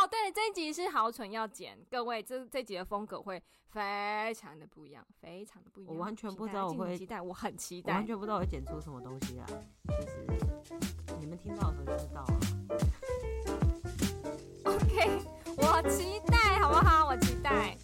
哦，对，这一集是好蠢要剪，各位，这集的风格会非常的不一样，非常的不一样。 我完全不知道我会期待，我很期待， 我完全不知道我会剪出什么东西来，就是你们听到的时候就知道了。 OK， 我期待，好不好？我期待。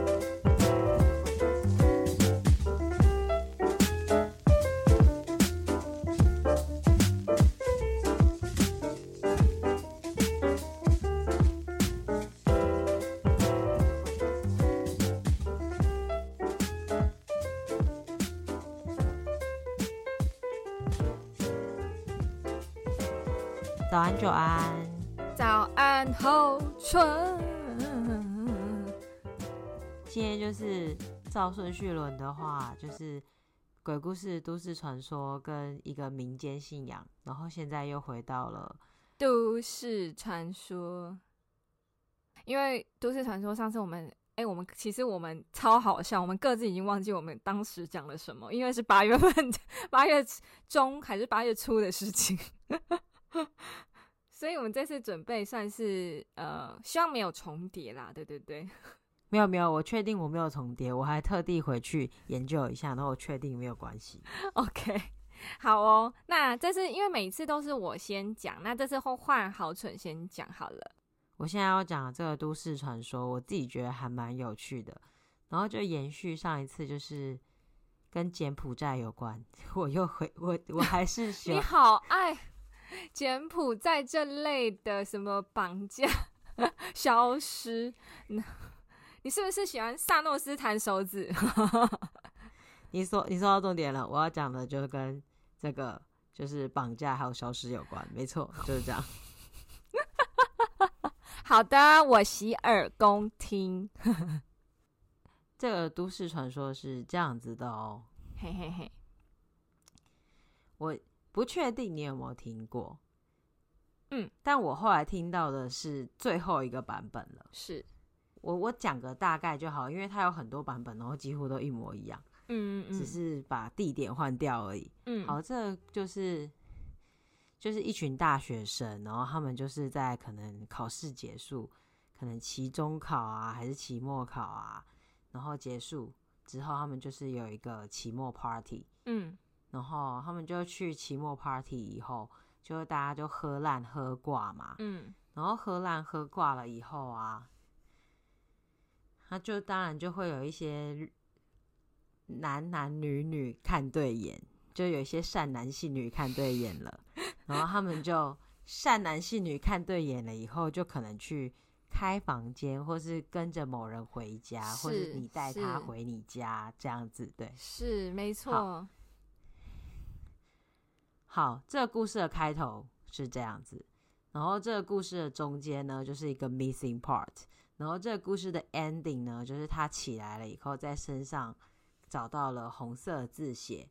早安，久安， 早安，好蠢。 今天就是照顺序轮的话，就是鬼故事、都市传说跟一个民间信仰，然后现在又回到了都市传说。因为都市传说上次我们其实我们超好笑，我们各自已经忘记我们当时讲了什么，因为是8月份8月中还是8月初的事情。所以我们这次准备算是希望没有重叠啦，对对对。 没有，我确定我没有重叠，我还特地回去研究一下，然后我确定没有关系。 OK， 好哦。那这次因为每次都是我先讲，那这次换好蠢先讲好了。 我现在要讲的这个都市传说，我自己觉得还蛮有趣的，然后就延续上一次，就是跟柬埔寨有关。我还是喜欢你好爱柬埔寨这类的什么绑架、消失，你是不是喜欢萨诺斯弹手指？ 你说到重点了，我要讲的就跟这个就是绑架还有消失有关，没错，就是这样。 好的，我洗耳恭听。 这个都市传说是这样子的哦， 嘿嘿嘿， 我不确定你有没有听过，但我后来听到的是最后一个版本了。 是我讲个大概就好，因为它有很多版本，然后几乎都一模一样，只是把地点换掉而已。好，这就是一群大学生，然后他们就是在可能考试结束，可能期中考啊还是期末考啊，然后结束之后，他们就是有一个期末 party，然后他们就去期末 party 以后，就大家就喝烂喝挂嘛，然后喝烂喝挂了以后啊，他就当然就会有一些男女看对眼，就有一些善男信女看对眼了，然后他们就善男信女看对眼了以后，就可能去开房间，或是跟着某人回家，或是你带他回你家这样子，对， 是没错。 好，这个故事的开头是这样子，然后这个故事的中间呢，就是一个 missing part， 然后这个故事的 ending 呢，就是他起来了以后，在身上找到了红色字写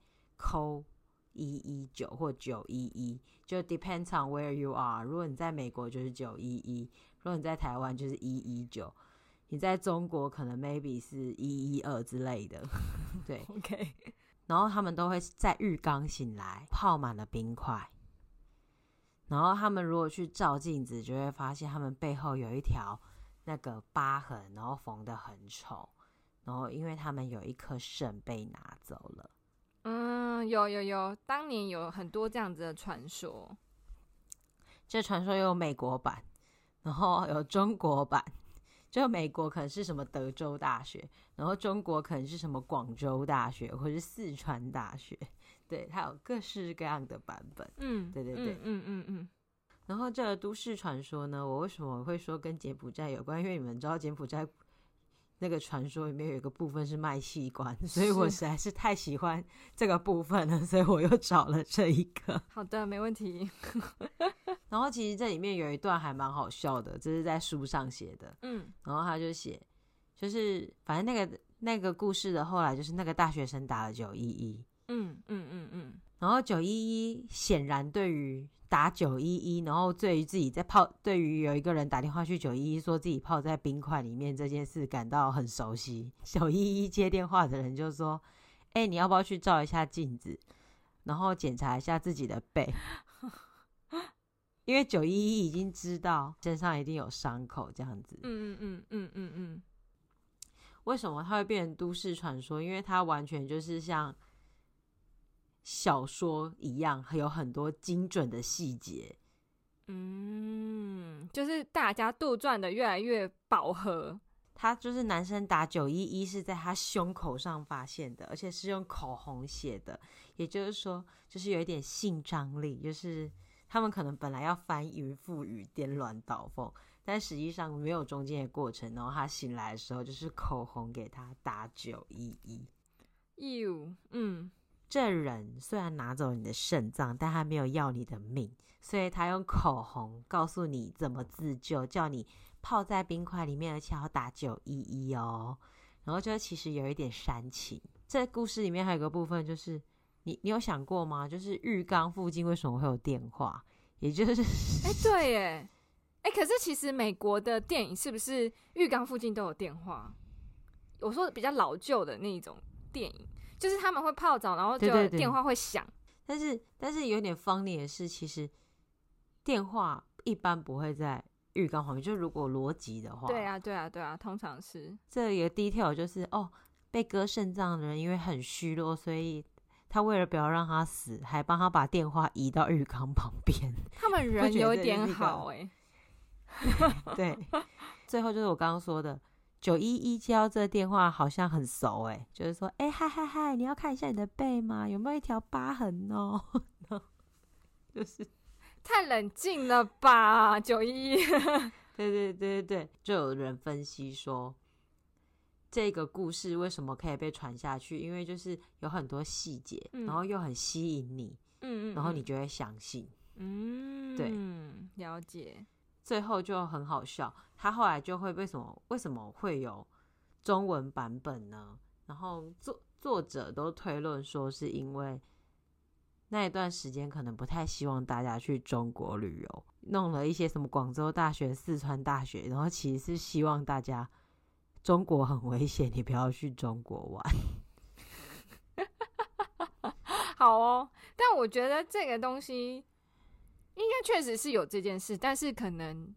119或911，就 depends on where you are。如果你在美国就是911，如果你在台湾就是119，你在中国可能 maybe 是112之类的，对 ，OK。 然后他们都会在浴缸醒来，泡满了冰块。然后他们如果去照镜子，就会发现他们背后有一条那个疤痕，然后缝得很丑。然后因为他们有一颗肾被拿走了。 有，当年有很多这样子的传说。 这传说有美国版，然后有中国版。就美国可能是什么德州大学，然后中国可能是什么广州大学或是四川大学，对，它有各式各样的版本。对，然后这个都市传说呢，我为什么会说跟柬埔寨有关？因为你们知道柬埔寨那个传说里面有一个部分是卖器官，所以我实在是太喜欢这个部分了，所以我又找了这一个。 好的，没问题。 然后其实这里面有一段还蛮好笑的，这是在书上写的。然后他就写，就是反正那个故事的后来就是那个大学生打了911。然后911显然对于打911，然后对于自己对于有一个人打电话去911说自己泡在冰块里面这件事感到很熟悉。911接电话的人就说：“你要不要去照一下镜子，然后检查一下自己的背？” 因为911已经知道身上一定有伤口这样子。为什么它会变成都市传说？因为它完全就是像小说一样，有很多精准的细节。 就是大家杜撰的越来越饱和。 他就是男生打911是在他胸口上发现的，而且是用口红写的，也就是说就是有一点性张力，就是他们可能本来要翻云覆雨颠鸾倒凤，但实际上没有中间的过程，然后他醒来的时候就是口红给他打911。这人虽然拿走你的肾脏，但他没有要你的命，所以他用口红告诉你怎么自救，叫你泡在冰块里面，而且要打911哦。然后就其实有一点煽情。这故事里面还有一个部分就是你有想过吗？就是浴缸附近为什么会有电话？也就是对耶，可是其实美国的电影是不是浴缸附近都有电话？我说比较老旧的那种电影，就是他们会泡澡，然后就电话会响。 但是有点funny的是，其实电话一般不会在浴缸旁边，就如果逻辑的话。 对啊，通常是。 这一个 detail 就是被割肾脏的人因为很虚弱，所以他为了不要让他死，还帮他把电话移到浴缸旁边。 他们人有点好对，最后就是我刚刚说的911接到这个电话好像很熟就是说嗨，你要看一下你的背吗？有没有一条疤痕哦？就是太冷静了吧911。 对，就有人分析说这个故事为什么可以被传下去，因为就是有很多细节，然后又很吸引你，然后你就会相信。对， 了解。 最后就很好笑，他后来就会为什么会有中文版本呢？然后作者都推论说是因为那一段时间可能不太希望大家去中国旅游，弄了一些什么广州大学、四川大学，然后其实是希望大家中国很危险，你不要去中国玩。 好哦，但我觉得这个东西应该确实是有这件事，但是可能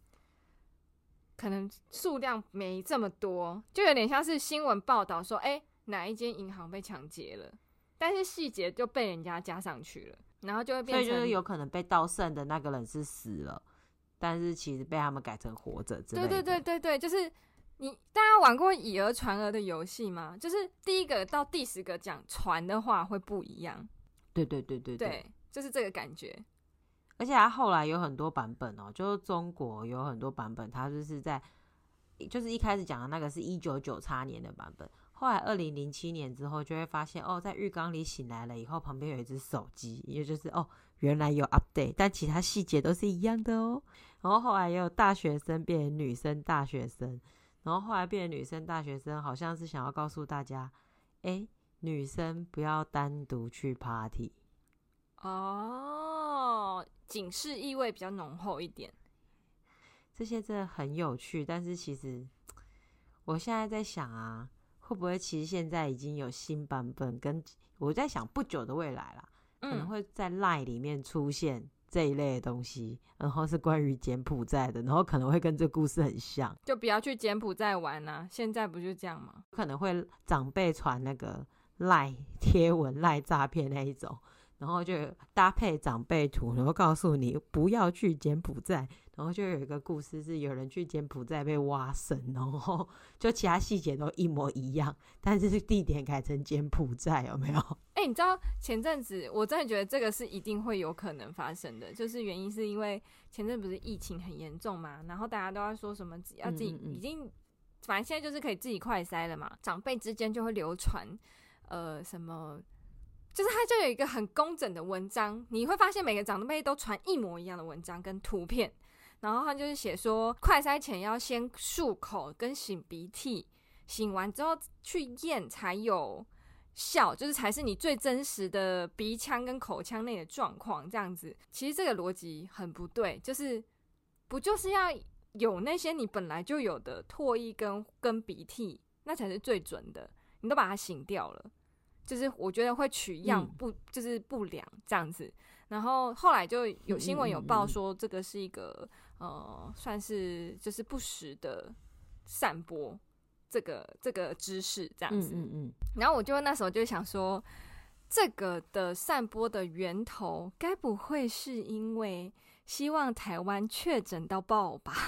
数量没这么多，就有点像是新闻报道说哪一间银行被抢劫了，但是细节就被人家加上去了，然后就会变成， 所以就是有可能被盗肾的那个人是死了，但是其实被他们改成活着之类的。 对，就是大家玩过以讹传讹的游戏吗？就是第一个到第10个讲传的话会不一样。 对， 就是这个感觉。 而且它后来有很多版本就是中国有很多版本，它就是一开始讲的那个是1998年的版本，后来2007年之后就会发现在浴缸里醒来了以后，旁边有一只手机，也就是原来有 update， 但其他细节都是一样的然后后来也有大学生变成女生大学生，然后后来变成女生大学生，好像是想要告诉大家女生不要单独去 party。 警示意味比较浓厚一点。 这些真的很有趣，但是其实我现在在想会不会其实现在已经有新版本，跟我在想不久的未来啦，可能会在 LINE 里面出现这一类的东西，然后是关于柬埔寨的，然后可能会跟这故事很像， 就不要去柬埔寨玩现在不就这样吗？ 可能会长辈传那个 LINE 贴文、LINE 诈骗那一种，然后就搭配长辈图，然后告诉你不要去柬埔寨，然后就有一个故事是有人去柬埔寨被挖肾，然后就其他细节都一模一样，但是地点改成柬埔寨，有没有？ 你知道前阵子我真的觉得这个是一定会有可能发生的，就是原因是因为前阵不是疫情很严重嘛，然后大家都要说什么要自己已经反正现在就是可以自己快筛了嘛，长辈之间就会流传什么，就是它就有一个很工整的文章，你会发现每个长辈都传一模一样的文章跟图片，然后他就是写说快筛前要先漱口跟擤鼻涕，擤完之后去验才有效，就是才是你最真实的鼻腔跟口腔内的状况，这样子。其实这个逻辑很不对，就是不就是要有那些你本来就有的唾液跟鼻涕，那才是最准的，你都把它擤掉了，就是我觉得会取样就是不良这样子。 然后后来就有新闻有报说，这个是一个算是就是不实的散播这个知识这样子。然后我就那时候就想说，这个的散播的源头，该不会是因为希望台湾确诊到爆吧？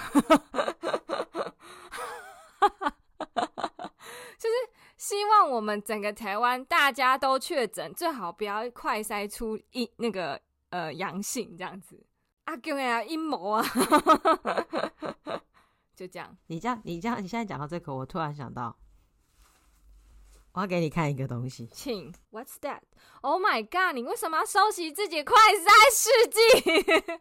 就是希望我们整个台湾大家都确诊，最好不要快筛出那个阳性这样子。啊，叫人阴谋啊！就这样。 你现在讲到这个，我突然想到，我要给你看一个东西。 请 ，What's that? Oh my god！ 你为什么要收集自己快筛试剂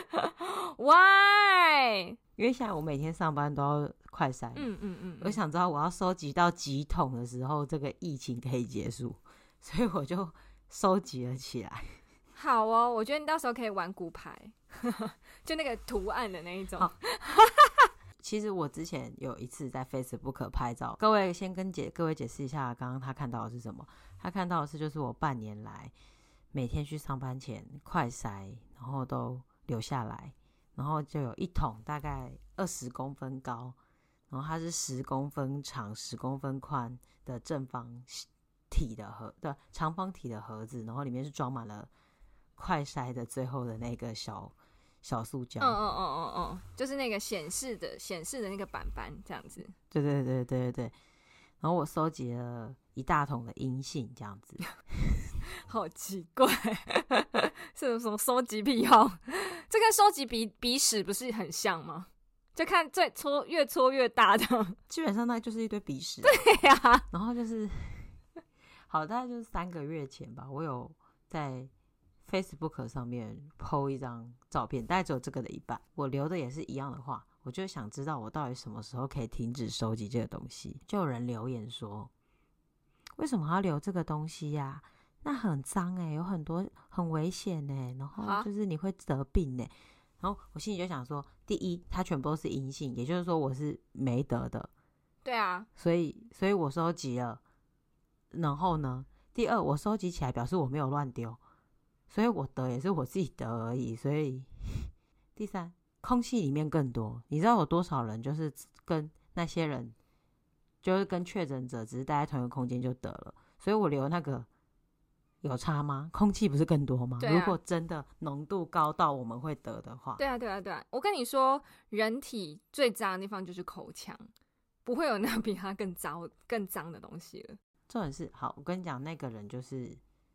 ？Why？ 因为现在我每天上班都要快筛。我想知道我要收集到几桶的时候，这个疫情可以结束，所以我就收集了起来。 好哦，我觉得你到时候可以玩骨牌，就那个图案的那一种。 其实我之前有一次在 Facebook 拍照，各位先跟各位解释一下，刚刚他看到的是什么？他看到的是就是我半年来每天去上班前快筛，然后都留下来，然后就有一桶大概20公分高，然后它是10公分长、10公分宽的正方体的长方体的盒子，然后里面是装满了快筛的最后的那个小塑胶。 就是那个显示的那个板板这样子。 对。然后我收集了一大桶的阴性这样子。 好奇怪，是有什么收集癖好？这跟收集鼻屎不是很像吗？就看越搓越大的， 基本上那就是一堆鼻屎。 对呀。 然后就是好，大概就是3个月前吧，我有在Facebook 上面 po 一张照片，大概只有这个的一半。我留的也是一样的话，我就想知道我到底什么时候可以停止收集这个东西。就有人留言说，为什么要留这个东西呀？那很脏有很多很危险然后就是你会得病然后我心里就想说，第一，它全部都是阴性，也就是说我是没得的。 对啊。 所以我收集了。然后呢，第二，我收集起来表示我没有乱丢，所以我得也是我自己得而已。所以第三，空气里面更多，你知道有多少人就是跟那些人就是跟确诊者只是待在同一个空间就得了，所以我留那个有差吗？空气不是更多吗？如果真的浓度高到我们会得的话。 对啊，我跟你说，人体最脏的地方就是口腔，不会有那比它更脏的东西了。 重点是，好，我跟你讲，那个人就是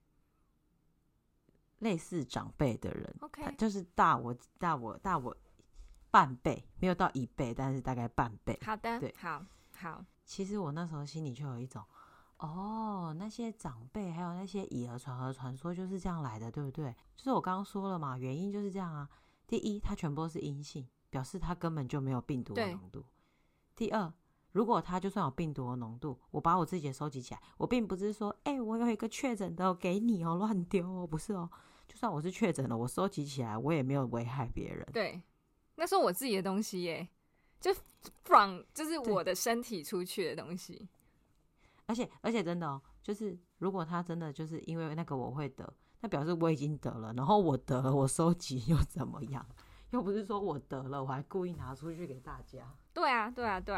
类似长辈的人，他就是大我半倍，没有到1倍，但是大概半倍。 好的， 对， 好。 其实我那时候心里就有一种，那些长辈还有那些以讹传讹传说就是这样来的，对不对？就是我刚刚说了嘛，原因就是这样啊。第一，它全部都是阴性，表示它根本就没有病毒的浓度。第二，如果它就算有病毒的浓度，我把我自己的收集起来，我并不是说我有一个确诊的给你乱丢不是就算我是确诊了，我收集起来我也没有危害别人。 对，那是我自己的东西就是我的身体出去的东西。 而且真的就是如果他真的就是因为那个我会得，那表示我已经得了，然后我得了我收集又怎么样？又不是说我得了我还故意拿出去给大家。 对啊。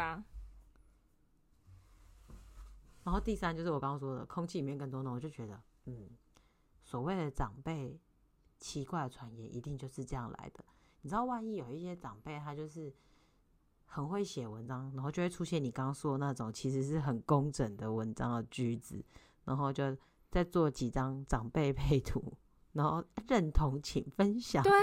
然后第三就是我刚刚说的，空气里面更多呢，我就觉得所谓的长辈奇怪的传言一定就是这样来的。你知道万一有一些长辈他就是很会写文章，然后就会出现你刚刚说的那种其实是很工整的文章的句子，然后就再做几张长辈配图，然后认同请分享。 对，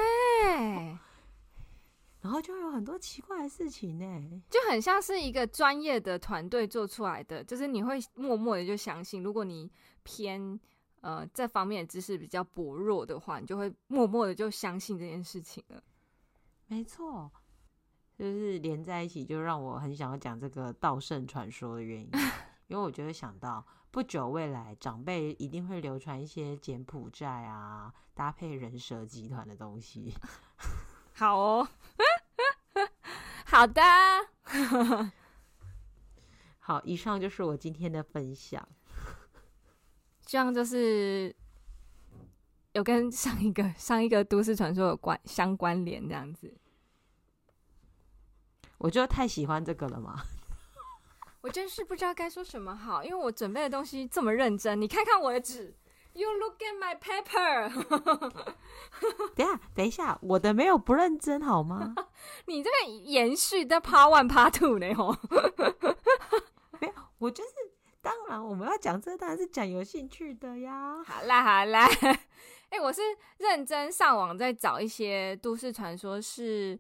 然后就有很多奇怪的事情就很像是一个专业的团队做出来的，就是你会默默的就相信，如果你偏这方面的知识比较薄弱的话，你就会默默的就相信这件事情了。 没错，就是连在一起就让我很想要讲这个道圣传说的原因。因为我就会想到不久未来长辈一定会流传一些柬埔寨啊搭配人蛇集团的东西。 好哦。好的。 好，以上就是我今天的分享。 这样就是有跟上一个都市传说有相关联这样子。 我就太喜欢这个了嘛。 我真是不知道该说什么好，因为我准备的东西这么认真，你看看我的纸。You look at my paper 。 等一下，我的没有不认真好吗？ 你这个延续的 Part 1 Part 2呢？吼， 没有，我就是当然我们要讲这当然是讲有兴趣的呀。 好啦，我是认真上网在找一些都市传说是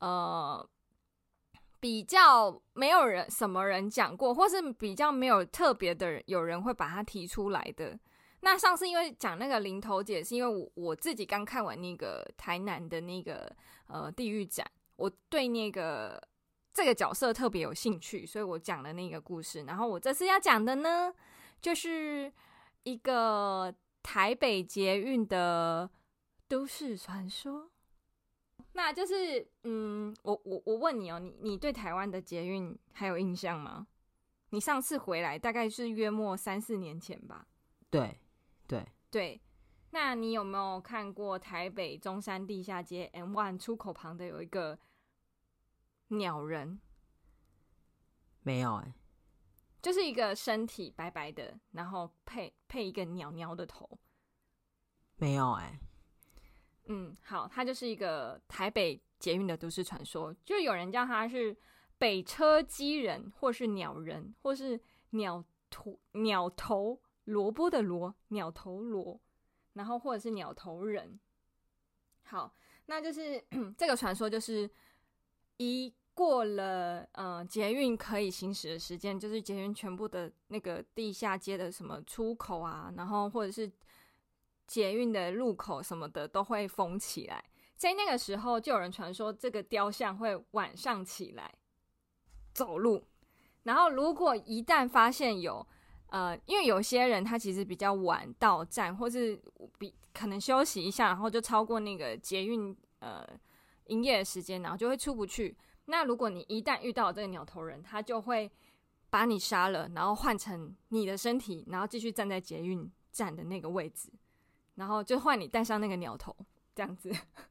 比较没有什么人讲过，或是比较没有特别的有人会把它提出来的。那上次因为讲那个林头姐，是因为我自己刚看完那个台南的那个地狱展，我对这个角色特别有兴趣，所以我讲了那个故事。然后我这次要讲的呢，就是一个台北捷运的都市传说。那就是我问你哦，你对台湾的捷运还有印象吗？你上次回来大概是约莫3-4年前吧？ 对， 那你有没有看过台北中山地下街 M1 出口旁的有一个鸟人？ 没有就是一个身体白白的，然后配一个鸟鸟的头。 没有好，它就是一个台北捷运的都市传说，就有人叫它是北车机人，或是鸟人，或是鸟头萝卜的萝，鸟头萝，然后或者是鸟头人。好，那就是这个传说就是一过了捷运可以行驶的时间，就是捷运全部的那个地下街的什么出口啊，然后或者是捷运的入口什么的都会封起来。在那个时候就有人传说这个雕像会晚上起来走路，然后如果一旦发现因为有些人他其实比较晚到站，或是可能休息一下，然后就超过那个捷运营业的时间，然后就会出不去。那如果你一旦遇到这个鸟头人，他就会把你杀了，然后换成你的身体，然后继续站在捷运站的那个位置，然后就换你戴上那个鸟头，这样子。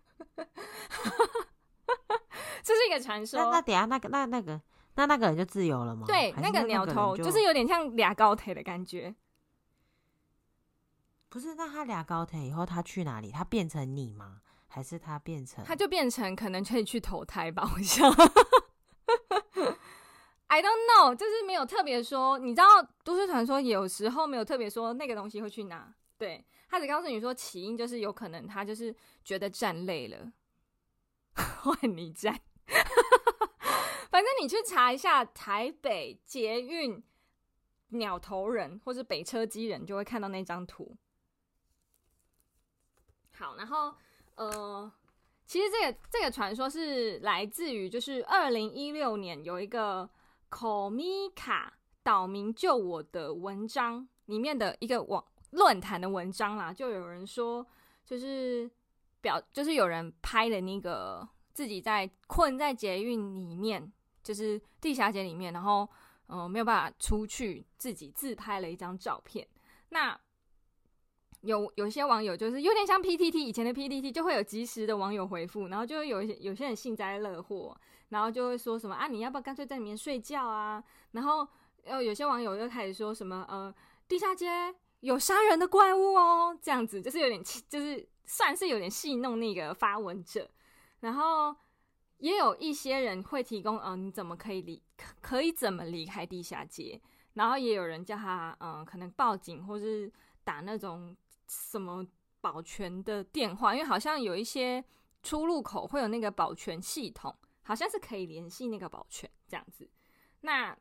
这是一个传说。 那等一下那个人就自由了吗？ 对，那个鸟头就是有点像俩高铁的感觉。 不是，那他俩高铁以后他去哪里？他变成你吗？还是他就变成可能可以去投胎吧？我想I don't know， 就是没有特别说。你知道都市传说有时候没有特别说那个东西会去哪，对，他只告诉你说起因就是有可能他就是觉得站累了，换你站。反正你去查一下台北捷运鸟头人或是北车机人，就会看到那张图。好，然后其实这个传说是来自于就是2016年有一个口咪卡岛民救我的文章里面的一个论坛的文章啦，就有人说就是有人拍了那个自己在困在捷运里面，就是地下街里面，然后没有办法出去，自己自拍了一张照片。那有些网友就是有点像 PTT 以前的 PTT， 就会有及时的网友回复，然后就会有些人幸灾乐祸，然后就会说什么你要不要干脆在里面睡觉啊？然后有些网友又开始说什么地下街有杀人的怪物哦，这样子就是有点就是算是有点戏弄那个发文者。然后也有一些人会提供你怎么可以怎么离开地下街，然后也有人叫他可能报警或是打那种什么保全的电话，因为好像有一些出入口会有那个保全系统，好像是可以联系那个保全这样子。那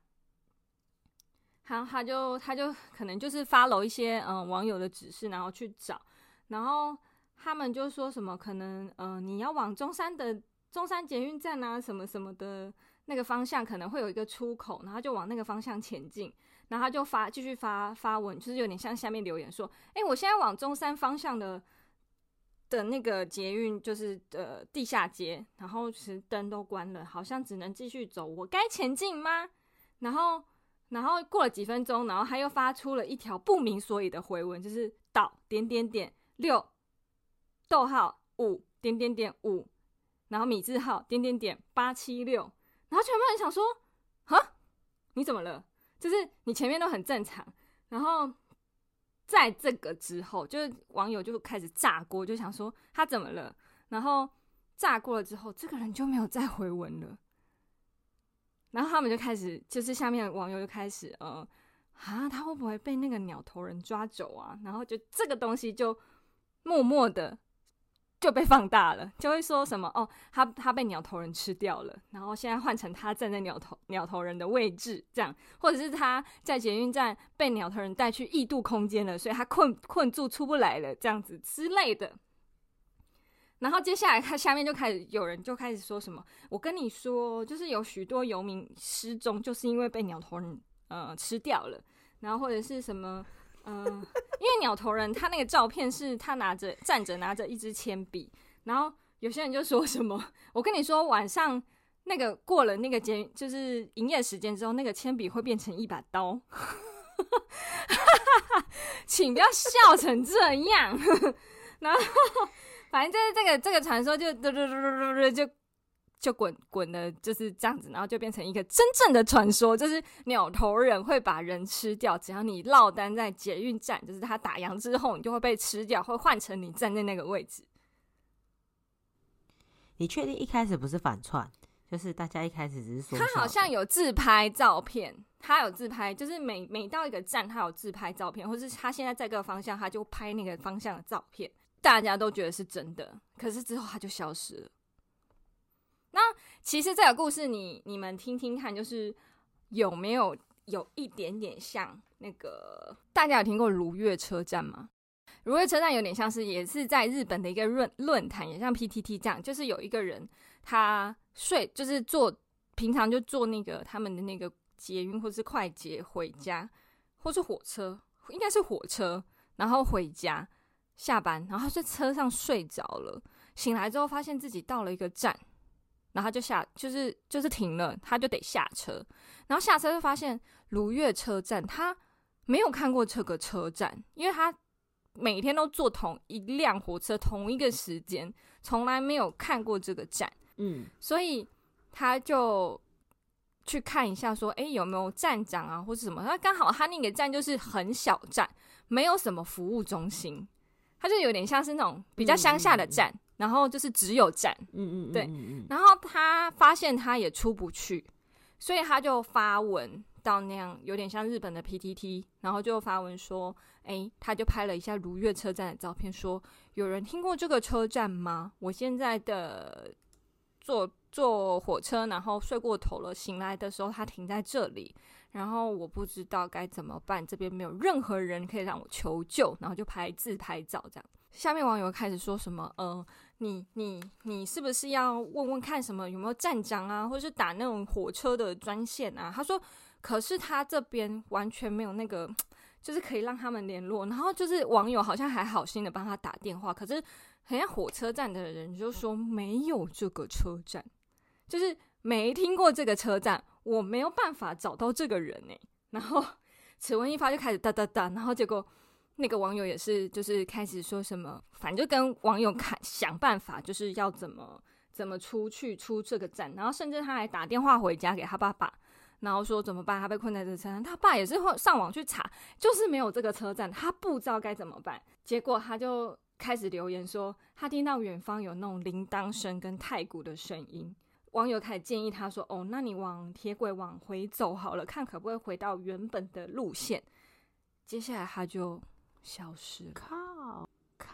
他就可能就是 follow 一些网友的指示，然后去找，然后他们就说什么可能你要往中山捷运站啊什么什么的那个方向可能会有一个出口，然后就往那个方向前进，然后他就继续发文，就是有点像下面留言说我现在往中山方向的那个捷运就是地下街，然后其实灯都关了，好像只能继续走，我该前进吗？然后过了几分钟，然后他又发出了一条不明所以的回文，就是到:6 逗号5点点点5，然后米字号点点点876，然后全部人想说，哈，你怎么了？就是你前面都很正常，然后在这个之后，就是网友就开始炸锅，就想说他怎么了？然后炸过了之后，这个人就没有再回文了。然后他们就开始，就是下面的网友就开始，他会不会被那个鸟头人抓走啊？然后就这个东西就默默的就被放大了，就会说什么他被鸟头人吃掉了，然后现在换成他站在鸟头人的位置，这样，或者是他在捷运站被鸟头人带去异度空间了，所以他困住出不来了，这样子之类的。然后接下来他下面就开始有人就开始说什么，我跟你说，就是有许多游民失踪，就是因为被鸟头人吃掉了，然后或者是什么因为鸟头人他那个照片是他站着拿着一支铅笔，然后有些人就说什么，我跟你说晚上那个过了那个就是营业时间之后，那个铅笔会变成一把刀。请不要笑成这样。然后反正就是这个传说就滚的就是这样子，然后就变成一个真正的传说，就是鸟头人会把人吃掉，只要你落单在捷运站，就是他打烊之后，你就会被吃掉，会换成你站在那个位置。 你确定一开始不是反串？就是大家一开始只是说他好像有自拍照片，他有自拍，就是每到一个站，他有自拍照片，或是他现在在各个方向，他就拍那个方向的照片。大家都觉得是真的，可是之后他就消失了。那其实这个故事你们听听看，就是有没有一点点像那个，大家有听过如月车站吗？如月车站有点像是也是在日本的一个论坛，也像 PTT 这样，就是有一个人他就是平常就坐那个他们的那个捷运或是快捷回家，或是火车，应该是火车，然后回家下班，然后他在车上睡着了，醒来之后发现自己到了一个站，然后他就就是停了，他就得下车，然后下车就发现如月车站，他没有看过这个车站，因为他每天都坐同一辆火车，同一个时间，从来没有看过这个站，所以他就去看一下说，有没有站长啊或是什么，他刚好他那个站就是很小站，没有什么服务中心，他就有点像是那种比较乡下的站，然后就是只有站，对，然后他发现他也出不去，所以他就发文到那样有点像日本的 PTT， 然后就发文说，他就拍了一下如月车站的照片，说有人听过这个车站吗？我现在的坐火车，然后睡过头了，醒来的时候他停在这里，然后我不知道该怎么办，这边没有任何人可以让我求救，然后就自拍照这样。下面网友开始说什么你是不是要问问看什么有没有站长啊，或是打那种火车的专线啊？他说可是他这边完全没有那个就是可以让他们联络，然后就是网友好像还好心的帮他打电话，可是好像火车站的人就说没有这个车站，就是没听过这个车站，我没有办法找到这个人然后此文一发就开始哒哒哒，然后结果那个网友也是就是开始说什么，反正就跟网友想办法，就是要怎么出这个站，然后甚至他还打电话回家给他爸爸，然后说怎么办，他被困在这个车站，他爸也是上网去查，就是没有这个车站，他不知道该怎么办，结果他就开始留言说他听到远方有那种铃铛声跟太鼓的声音，网友开始建议他说那你往铁轨往回走好了，看可不可以回到原本的路线。接下来他就消失了。靠！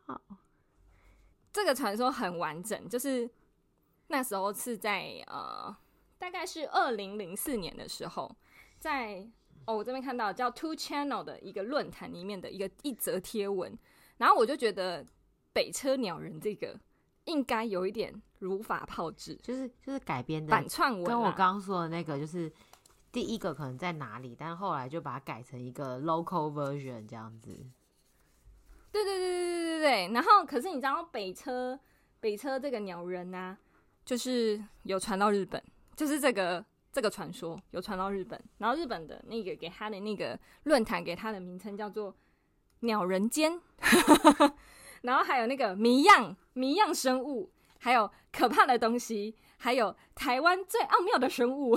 这个传说很完整，就是那时候是在大概是2004年的时候，在我这边看到叫 Two Channel 的一个论坛里面的一则贴文，然后我就觉得北车鸟人这个应该有一点如法炮制， 就是改编的反串文， 跟我刚刚说的那个就是第一个可能在哪里，但后来就把它改成一个 local version 这样子。 对，然后可是你知道北车这个鸟人啊，就是有传到日本，就是这个传说有传到日本，然后日本的那个给他的那个论坛给他的名称叫做鸟人间然后还有那个谜样生物，还有可怕的东西，还有台湾最奥妙的生物。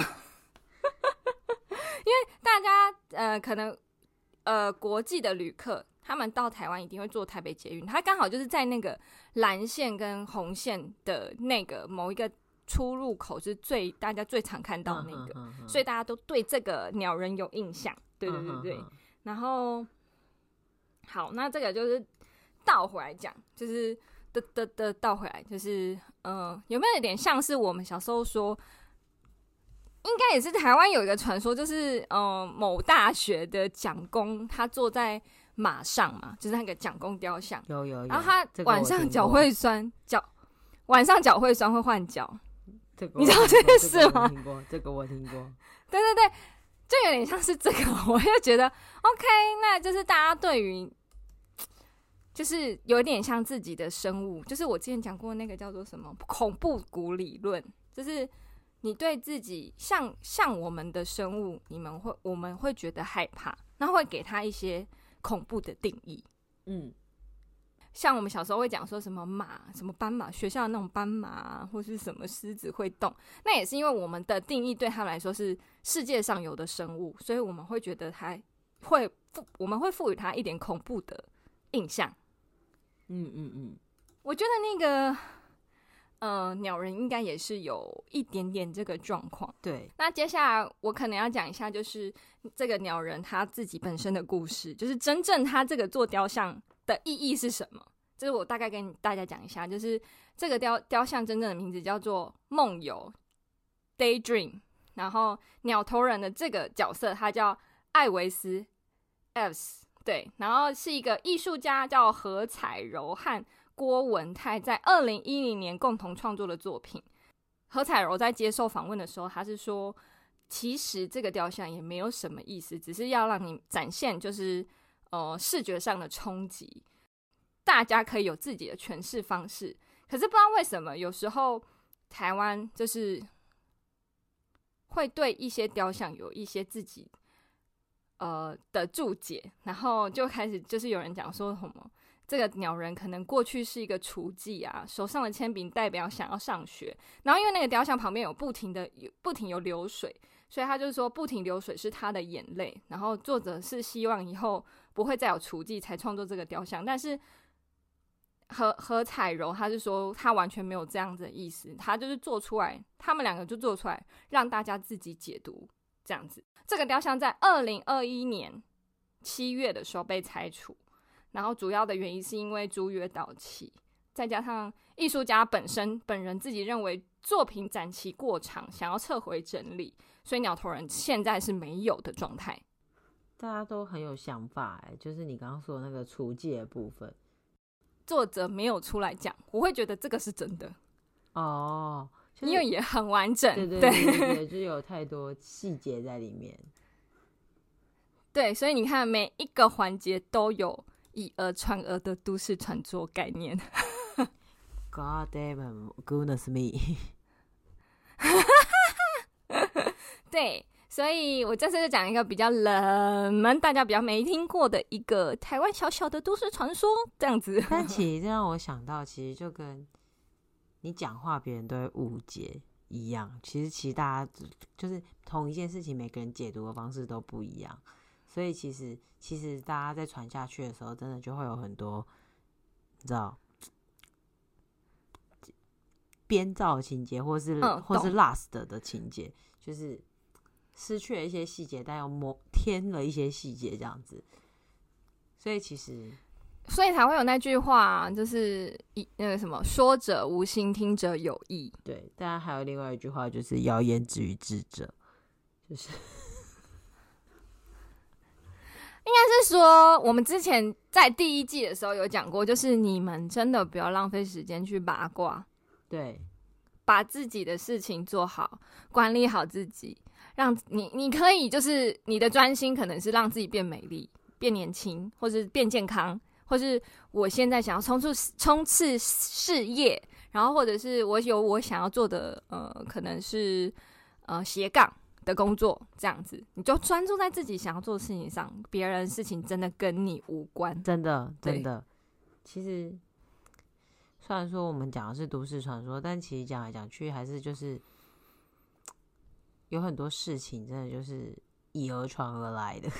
因为大家可能国际的旅客，他们到台湾一定会坐台北捷运，它刚好就是在那个蓝线跟红线的那个某一个出入口是大家最常看到的那个，所以大家都对这个鸟人有印象。对对对对，然后好，那这个就是倒回来讲，就是倒回来，就是有没有一点像是我们小时候说，应该也是台湾有一个传说，就是某大学的蒋公他坐在马上嘛，就是那个蒋公雕像， 有， 然后他晚上脚会酸，晚上脚会酸会换脚，你知道这件事吗？ 这个我听过。 对对对，就有点像是这个，我就觉得 OK， 那就是大家对于就是有点像自己的生物，就是我之前讲过那个叫做什么恐怖谷理论，就是你对自己像我们的生物，我们会觉得害怕，然后会给他一些恐怖的定义。像我们小时候会讲说什么马，什么斑马，学校的那种斑马或是什么狮子会动，那也是因为我们的定义对他们来说是世界上有的生物，所以我们会觉得我们会赋予它一点恐怖的印象。我觉得那个鸟人应该也是有一点点这个状况。 对， 那接下来我可能要讲一下，就是这个鸟人他自己本身的故事，就是真正他这个做雕像的意义是什么？就是我大概跟大家讲一下，就是这个雕像真正的名字叫做梦游 Daydream， 然后鸟头人的这个角色他叫艾维斯 Evs， 对，然后是一个艺术家叫何彩柔和郭文泰在2010年共同创作的作品。何彩柔在接受访问的时候，他是说，其实这个雕像也没有什么意思，只是要让你展现就是视觉上的冲击，大家可以有自己的诠释方式。可是不知道为什么，有时候台湾就是会对一些雕像有一些自己的注解，然后就开始就是有人讲说什么这个鸟人可能过去是一个厨妓啊，手上的铅笔代表想要上学，然后因为那个雕像旁边有不停有流水，所以他就说不停流水是他的眼泪，然后作者是希望以后不会再有厨妓才创作这个雕像，但是何彩柔他是说他完全没有这样子的意思，他就是做出来，他们两个就做出来让大家自己解读这样子。这个雕像在2021年7月的时候被拆除，然后主要的原因是因为租约到期，再加上艺术家本人自己认为作品展期过长，想要撤回整理，所以鸟头人现在是没有的状态。 大家都很有想法就是你刚刚说的那个厨妓的部分， 作者没有出来讲，我会觉得这个是真的因为也很完整， 对，就有太多细节在里面。 对，所以你看每一个环节都有以讹传讹的都市传说概念。 God damn goodness me 对，所以我这次就讲一个比较冷门，大家比较没听过的一个台湾小小的都市传说这样子。 但其实这让我想到，其实就跟你讲话别人都会误解一样，其实大家就是同一件事情，每个人解读的方式都不一样，所以其实大家在传下去的时候，真的就会有很多你知道编造的情节，或是 last 的情节，就是失去了一些细节，但又添了一些细节这样子，所以才会有那句话，就是那个什么，说者无心，听者有意。 对，当然还有另外一句话，就是谣言止于智者，就是应该是说，我们之前在第1季的时候有讲过，就是你们真的不要浪费时间去八卦， 对， 把自己的事情做好，管理好自己，让你可以就是你的专心可能是让自己变美丽、变年轻，或是变健康。或是我现在想要冲刺事业，然后或者是我有我想要做的可能是斜杠的工作，这样子你就专注在自己想要做的事情上，别人的事情真的跟你无关， 真的。其实虽然说我们讲的是都市传说，但其实讲来讲去还是就是有很多事情真的就是以讹传而来的。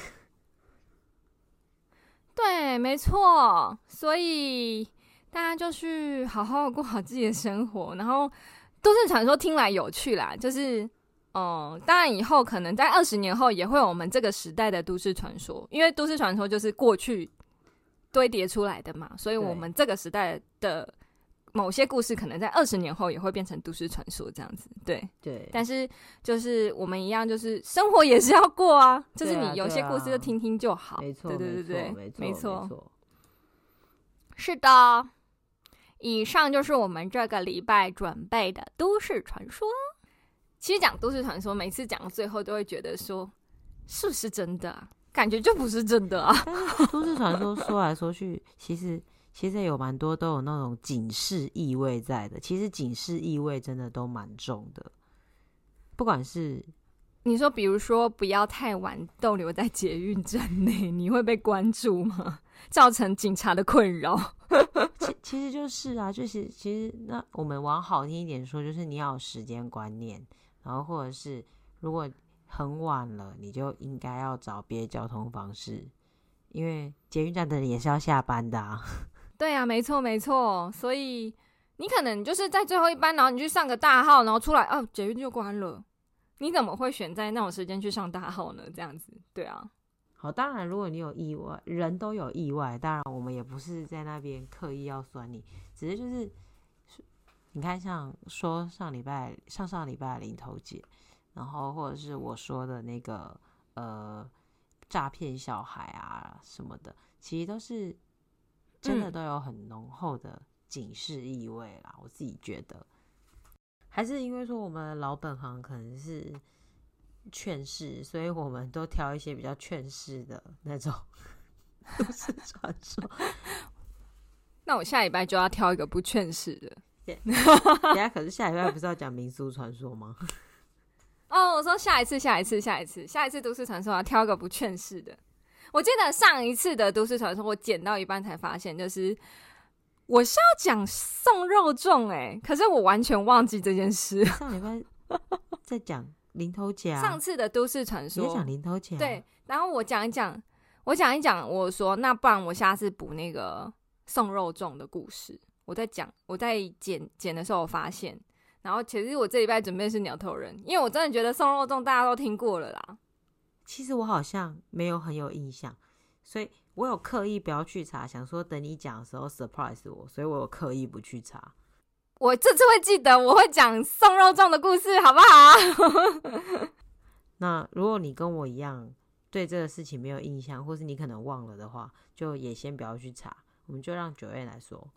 对，没错，所以大家就去好好过好自己的生活，然后都市传说听来有趣啦，就是当然以后可能在20年后也会有我们这个时代的都市传说，因为都市传说就是过去堆叠出来的嘛，所以我们这个时代的某些故事可能在20年后也会变成都市传说这样子。对，但是就是我们一样，就是生活也是要过啊，就是你有些故事就听听就好。 没错， 对，没错， 是的。以上就是我们这个礼拜准备的都市传说。其实讲都市传说，每次讲到最后都会觉得说，是不是真的啊？感觉就不是真的啊。 但是都市传说说来说去，其实有蛮多都有那种警示意味在的。其实警示意味真的都蛮重的，不管是你说，比如说不要太晚逗留在捷运站内，你会被关注吗？造成警察的困扰。 其实就是啊，就是其实那我们往好听一点说，就是你要有时间观念，然后或者是如果很晚了，你就应该要找别的交通方式，因为捷运站的人也是要下班的啊。 对啊，没错，所以你可能就是在最后一班，然后你去上个大号，然后出来，捷运就关了，你怎么会选在那种时间去上大号呢？这样子，对啊。 好，当然如果你有意外，人都有意外，当然我们也不是在那边刻意要酸你，只是就是你看，像说上礼拜的林头姐，然后或者是我说的那个诈骗小孩啊什么的，其实都是真的都有很浓厚的警示意味啦。我自己觉得，还是因为说我们的老本行可能是劝世，所以我们都挑一些比较劝世的那种都市传说。 那我下礼拜就要挑一个不劝世的。 等一下，可是下礼拜不是要讲民俗传说吗？ 我说下一次都市传说要挑一个不劝世的。我记得上一次的都市传说，我剪到一半才发现，就是我是要讲送肉粽可是我完全忘记这件事。 上礼拜在讲林头甲， 上次的都市传说也讲林头甲， 对。然后我讲一讲，我说那不然我下次补那个送肉粽的故事。我在剪的时候我发现，然后其实我这礼拜准备是鸟头人，因为我真的觉得送肉粽大家都听过了啦。 其实我好像没有很有印象，所以我有刻意不要去查，想说等你讲的时候 surprise 我，所以我有刻意不去查。 我这次会记得，我会讲送肉粽的故事，好不好？ 那如果你跟我一样对这个事情没有印象，或是你可能忘了的话，就也先不要去查，我们就让9月来说。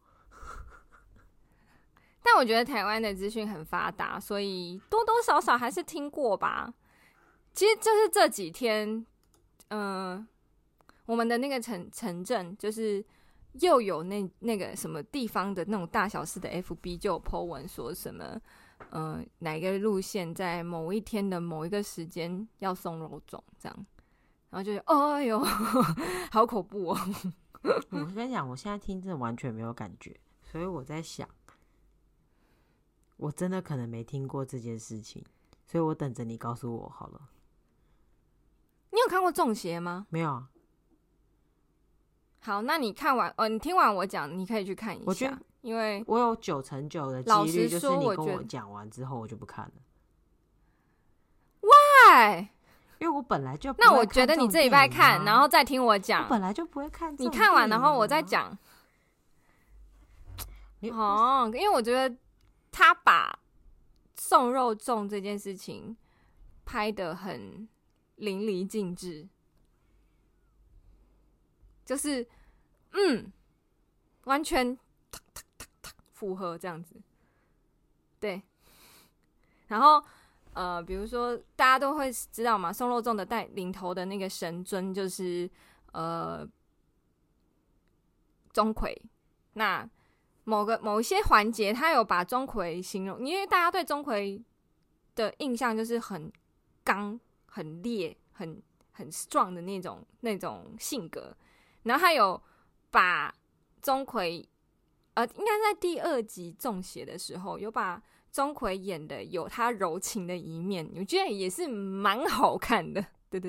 但我觉得台湾的资讯很发达，所以多多少少还是听过吧。其实就是这几天，我们的那个城镇就是又有那个什么地方的那种大小事的 FB 就有 po 文说什么，哪一个路线在某一天的某一个时间要送肉粽这样，然后就哎呦，好恐怖哦！ 我跟你讲，我现在听真的完全没有感觉，所以我在想，我真的可能没听过这件事情，所以我等着你告诉我好了。 你有看过中邪吗？ 没有啊。 好，那你看完你听完我讲，你可以去看一下。 我觉得， 因为我有9成9的几率，就是你跟我讲完之后，我就不看了。 Why？ 因为我本来就不会看这种电影啊。 那我觉得你这礼拜看，然后再听我讲。 我本来就不会看这种电影啊。 你看完，然后我再讲。因为我觉得他把送肉粽这件事情拍得很淋漓尽致，就是完全符合这样子。对，然后比如说大家都会知道嘛，送肉粽的带领头的那个神尊就是钟馗。那某一些环节，他有把钟馗形容，因为大家对钟馗的印象就是很刚、很烈、很 strong 的那种性格，然后他有把钟馗应该在第2集中邪的时候，有把钟馗演的有他柔情的一面，我觉得也是蛮好看的。对。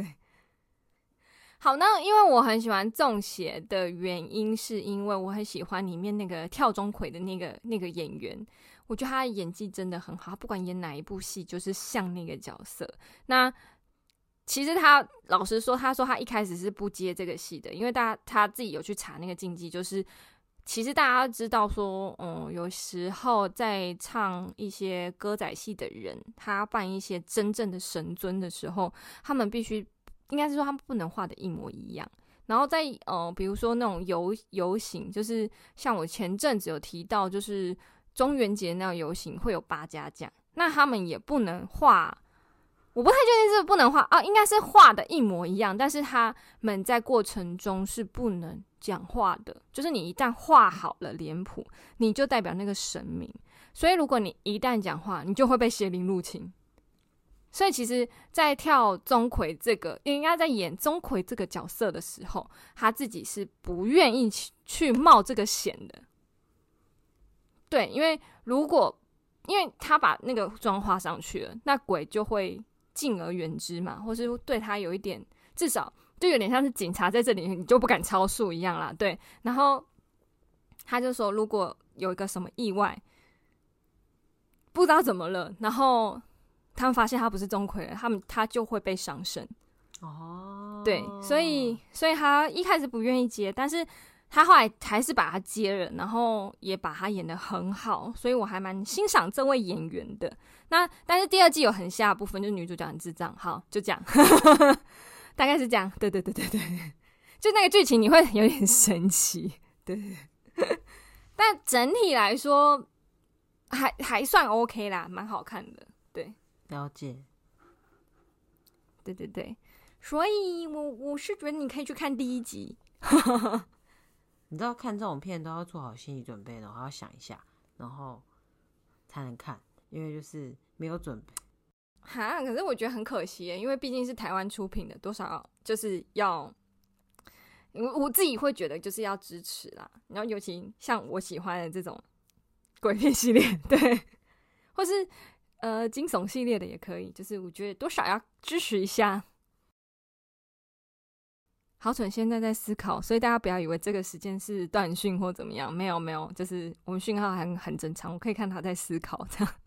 好，那因为我很喜欢中邪的原因，是因为我很喜欢里面那个跳钟馗的那个演员，我觉得他的演技真的很好，他不管演哪一部戏，就是像那个角色。那其实他老实说，他说他一开始是不接这个戏的，因为他自己有去查那个禁忌，就是其实大家知道说，有时候在唱一些歌仔戏的人，他扮一些真正的神尊的时候，他们必须应该是说他们不能画的一模一样。然后在比如说那种游行，就是像我前阵子有提到，就是中元节那种游行会有8家将，那他们也不能画。我不太确定是不能画应该是画的一模一样，但是他们在过程中是不能讲话的，就是你一旦画好了脸谱，你就代表那个神明，所以如果你一旦讲话，你就会被邪灵入侵。所以其实在跳钟馗这个应该在演钟馗这个角色的时候，他自己是不愿意去冒这个险的。对，因为他把那个妆画上去了，那鬼就会敬而远之嘛，或是对他有一点，至少就有点像是警察在这里你就不敢超速一样啦。对，然后他就说如果有一个什么意外不知道怎么了，然后他们发现他不是钟馗了，他就会被上身。对，所以他一开始不愿意接，但是他后来还是把他接了，然后也把他演得很好，所以我还蛮欣赏这位演员的。那但是第2季有很瞎的部分，就是女主角很智障。好，就这样大概是这样。对，就那个剧情你会有点神奇。对但整体来说还算 OK 啦，蛮好看的。对， 了解。 对，所以我是觉得你可以去看第1集你知道看这种片都要做好心理准备，然后要想一下，然后才能看，因为就是没有准备。 可是我觉得很可惜耶，因为毕竟是台湾出品的，多少就是要我自己会觉得就是要支持啦。然后尤其像我喜欢的这种鬼片系列，对，或是惊悚系列的也可以，就是我觉得多少要支持一下。好蠢现在在思考，所以大家不要以为这个时间是断讯或怎么样，没有，就是我们讯号还很正常，我可以看他在思考这样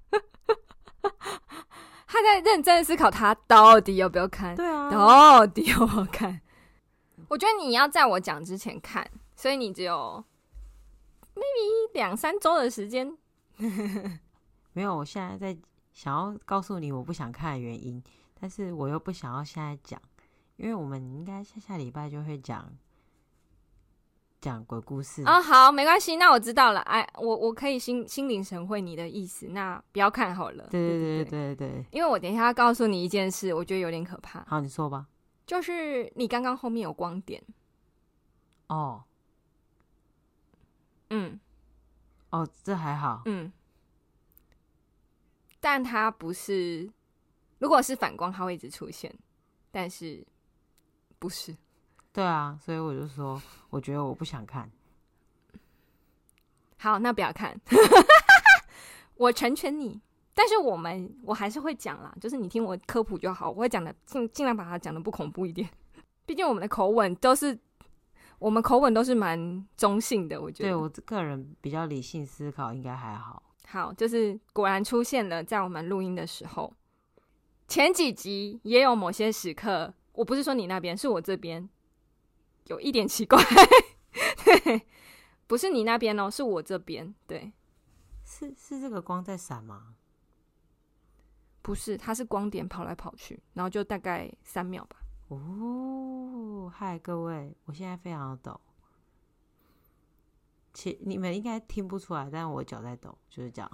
他在认真思考他到底要不要看。 对啊， 到底要不要看。我觉得你要在我讲之前看，所以你只有 maybe 2-3周的时间没有，我现在在想要告诉你我不想看的原因，但是我又不想要现在讲，因为我们应该下礼拜就会讲鬼故事。 好，没关系，那我知道了。我可以心领神会你的意思，那不要看好了。 对，因为我等一下要告诉你一件事，我觉得有点可怕。 好，你说吧。 就是你刚刚后面有光点。 这还好。 但它不是，如果是反光它会一直出现，但是不是。 对啊，所以我就说我觉得我不想看。 好，那不要看我成全你。但是我还是会讲啦，就是你听我科普就好，我会讲的尽量把它讲的不恐怖一点。毕竟我们的口吻都是蛮中性的，我觉得。 对，我个人比较理性思考，应该还好。 好，就是果然出现了，在我们录音的时候，前几集也有某些时刻，我不是说你那边，是我这边有一点奇怪对，不是你那边哦，是我这边。对， 是这个光在闪吗？ 不是，它是光点跑来跑去，然后就大概3秒吧。 嗨各位，我现在非常的抖，你们应该听不出来，但是我脚在抖，就是这样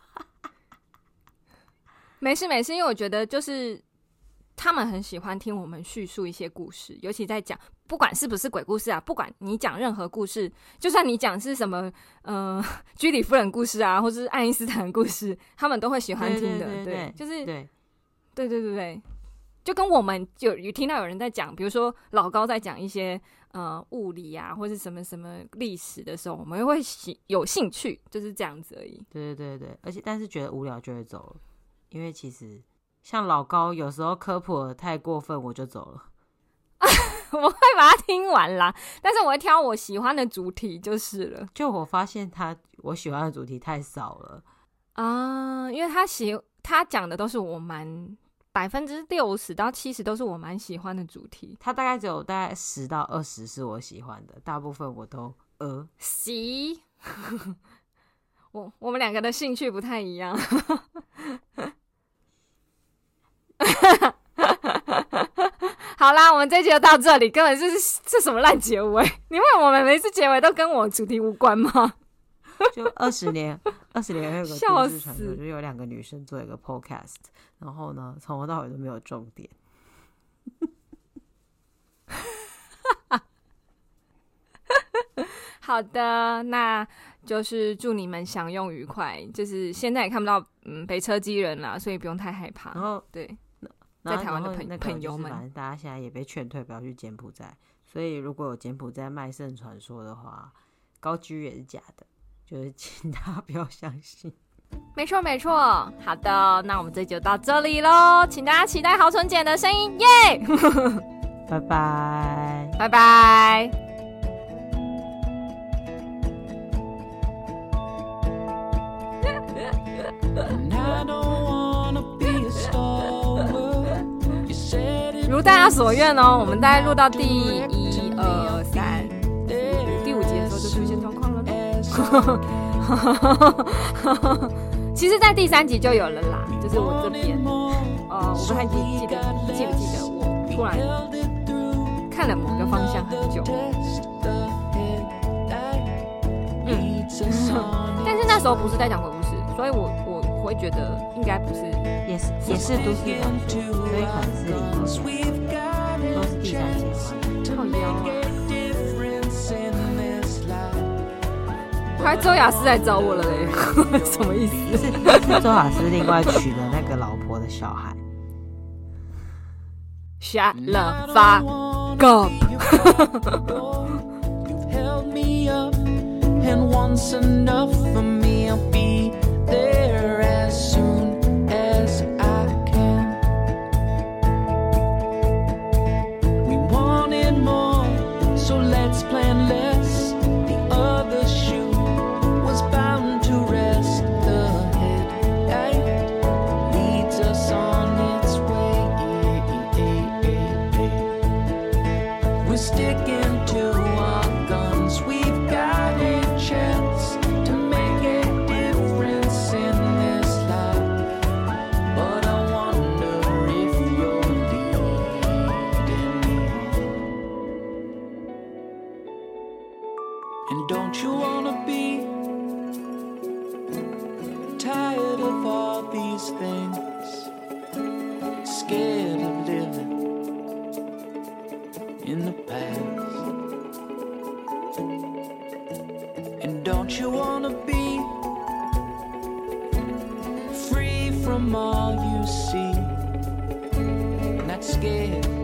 没事，因为我觉得就是他们很喜欢听我们叙述一些故事，尤其在讲不管是不是鬼故事啊，不管你讲任何故事，就算你讲是什么居里夫人故事啊，或是爱因斯坦故事，他们都会喜欢听的。对，就是对， 就跟我们有听到有人在讲，比如说老高在讲一些物理啊，或是什么什么历史的时候，我们会有兴趣，就是这样子而已。 对对对对，而且但是觉得无聊就会走了，因为其实像老高有时候科普的太过分，我就走了。 我会把它听完啦，但是我会挑我喜欢的主题就是了。 就我发现我喜欢的主题太少了啊，因为他讲的都是我蛮60%到70%都是我蛮喜欢的主题。 他大概只有大概10到20是我喜欢的，大部分我都喜。我们两个的兴趣不太一样。好啦，我们这一集就到这里，根本这什么烂结尾？你问我们每次结尾都跟我主题无关吗？ 就20年会有个都市传说，就有2个女生做一个 podcast， 然后呢从头到尾都没有重点。 好的，那就是祝你们享用愉快。就是现在也看不到北车基人啦，所以不用太害怕。 然后对，在台湾的朋友们， 反正大家现在也被劝退不要去柬埔寨，所以如果有柬埔寨卖肾传说的话，高居也是假的，就是请大家不要相信。 没错没错。好的，那我们这集就到这里咯，请大家期待豪纯姐的声音，耶！ 拜拜拜拜。如大家所愿哦，我们大概录到第1、2、3、第5集的时候就出现状况了。其实在第3集就有了啦，就是我这边我不太记不记得我突然看了某个方向很久。但是那时候不是在讲鬼故事，所以我会觉得应该不是， 也是都市传说，所以可能是都是第3集的话， 靠腰啊！我还周雅思来找我了嘞，什么意思？ 是周雅思另外娶了那个老婆的小孩。 Shut the fuck up! And once enough for me, I'll be there as soon as I can. We wanted more, so let's plan less. The other shoe was bound to rest. The headlight leads us on its way. We're sticking to our guns. We've got a chance to make a difference in this life, but I wonder if you're leading me on. And don't you wanna be tired of all these things, scared of living in the past? And don't you wanna be free from all you see, not scared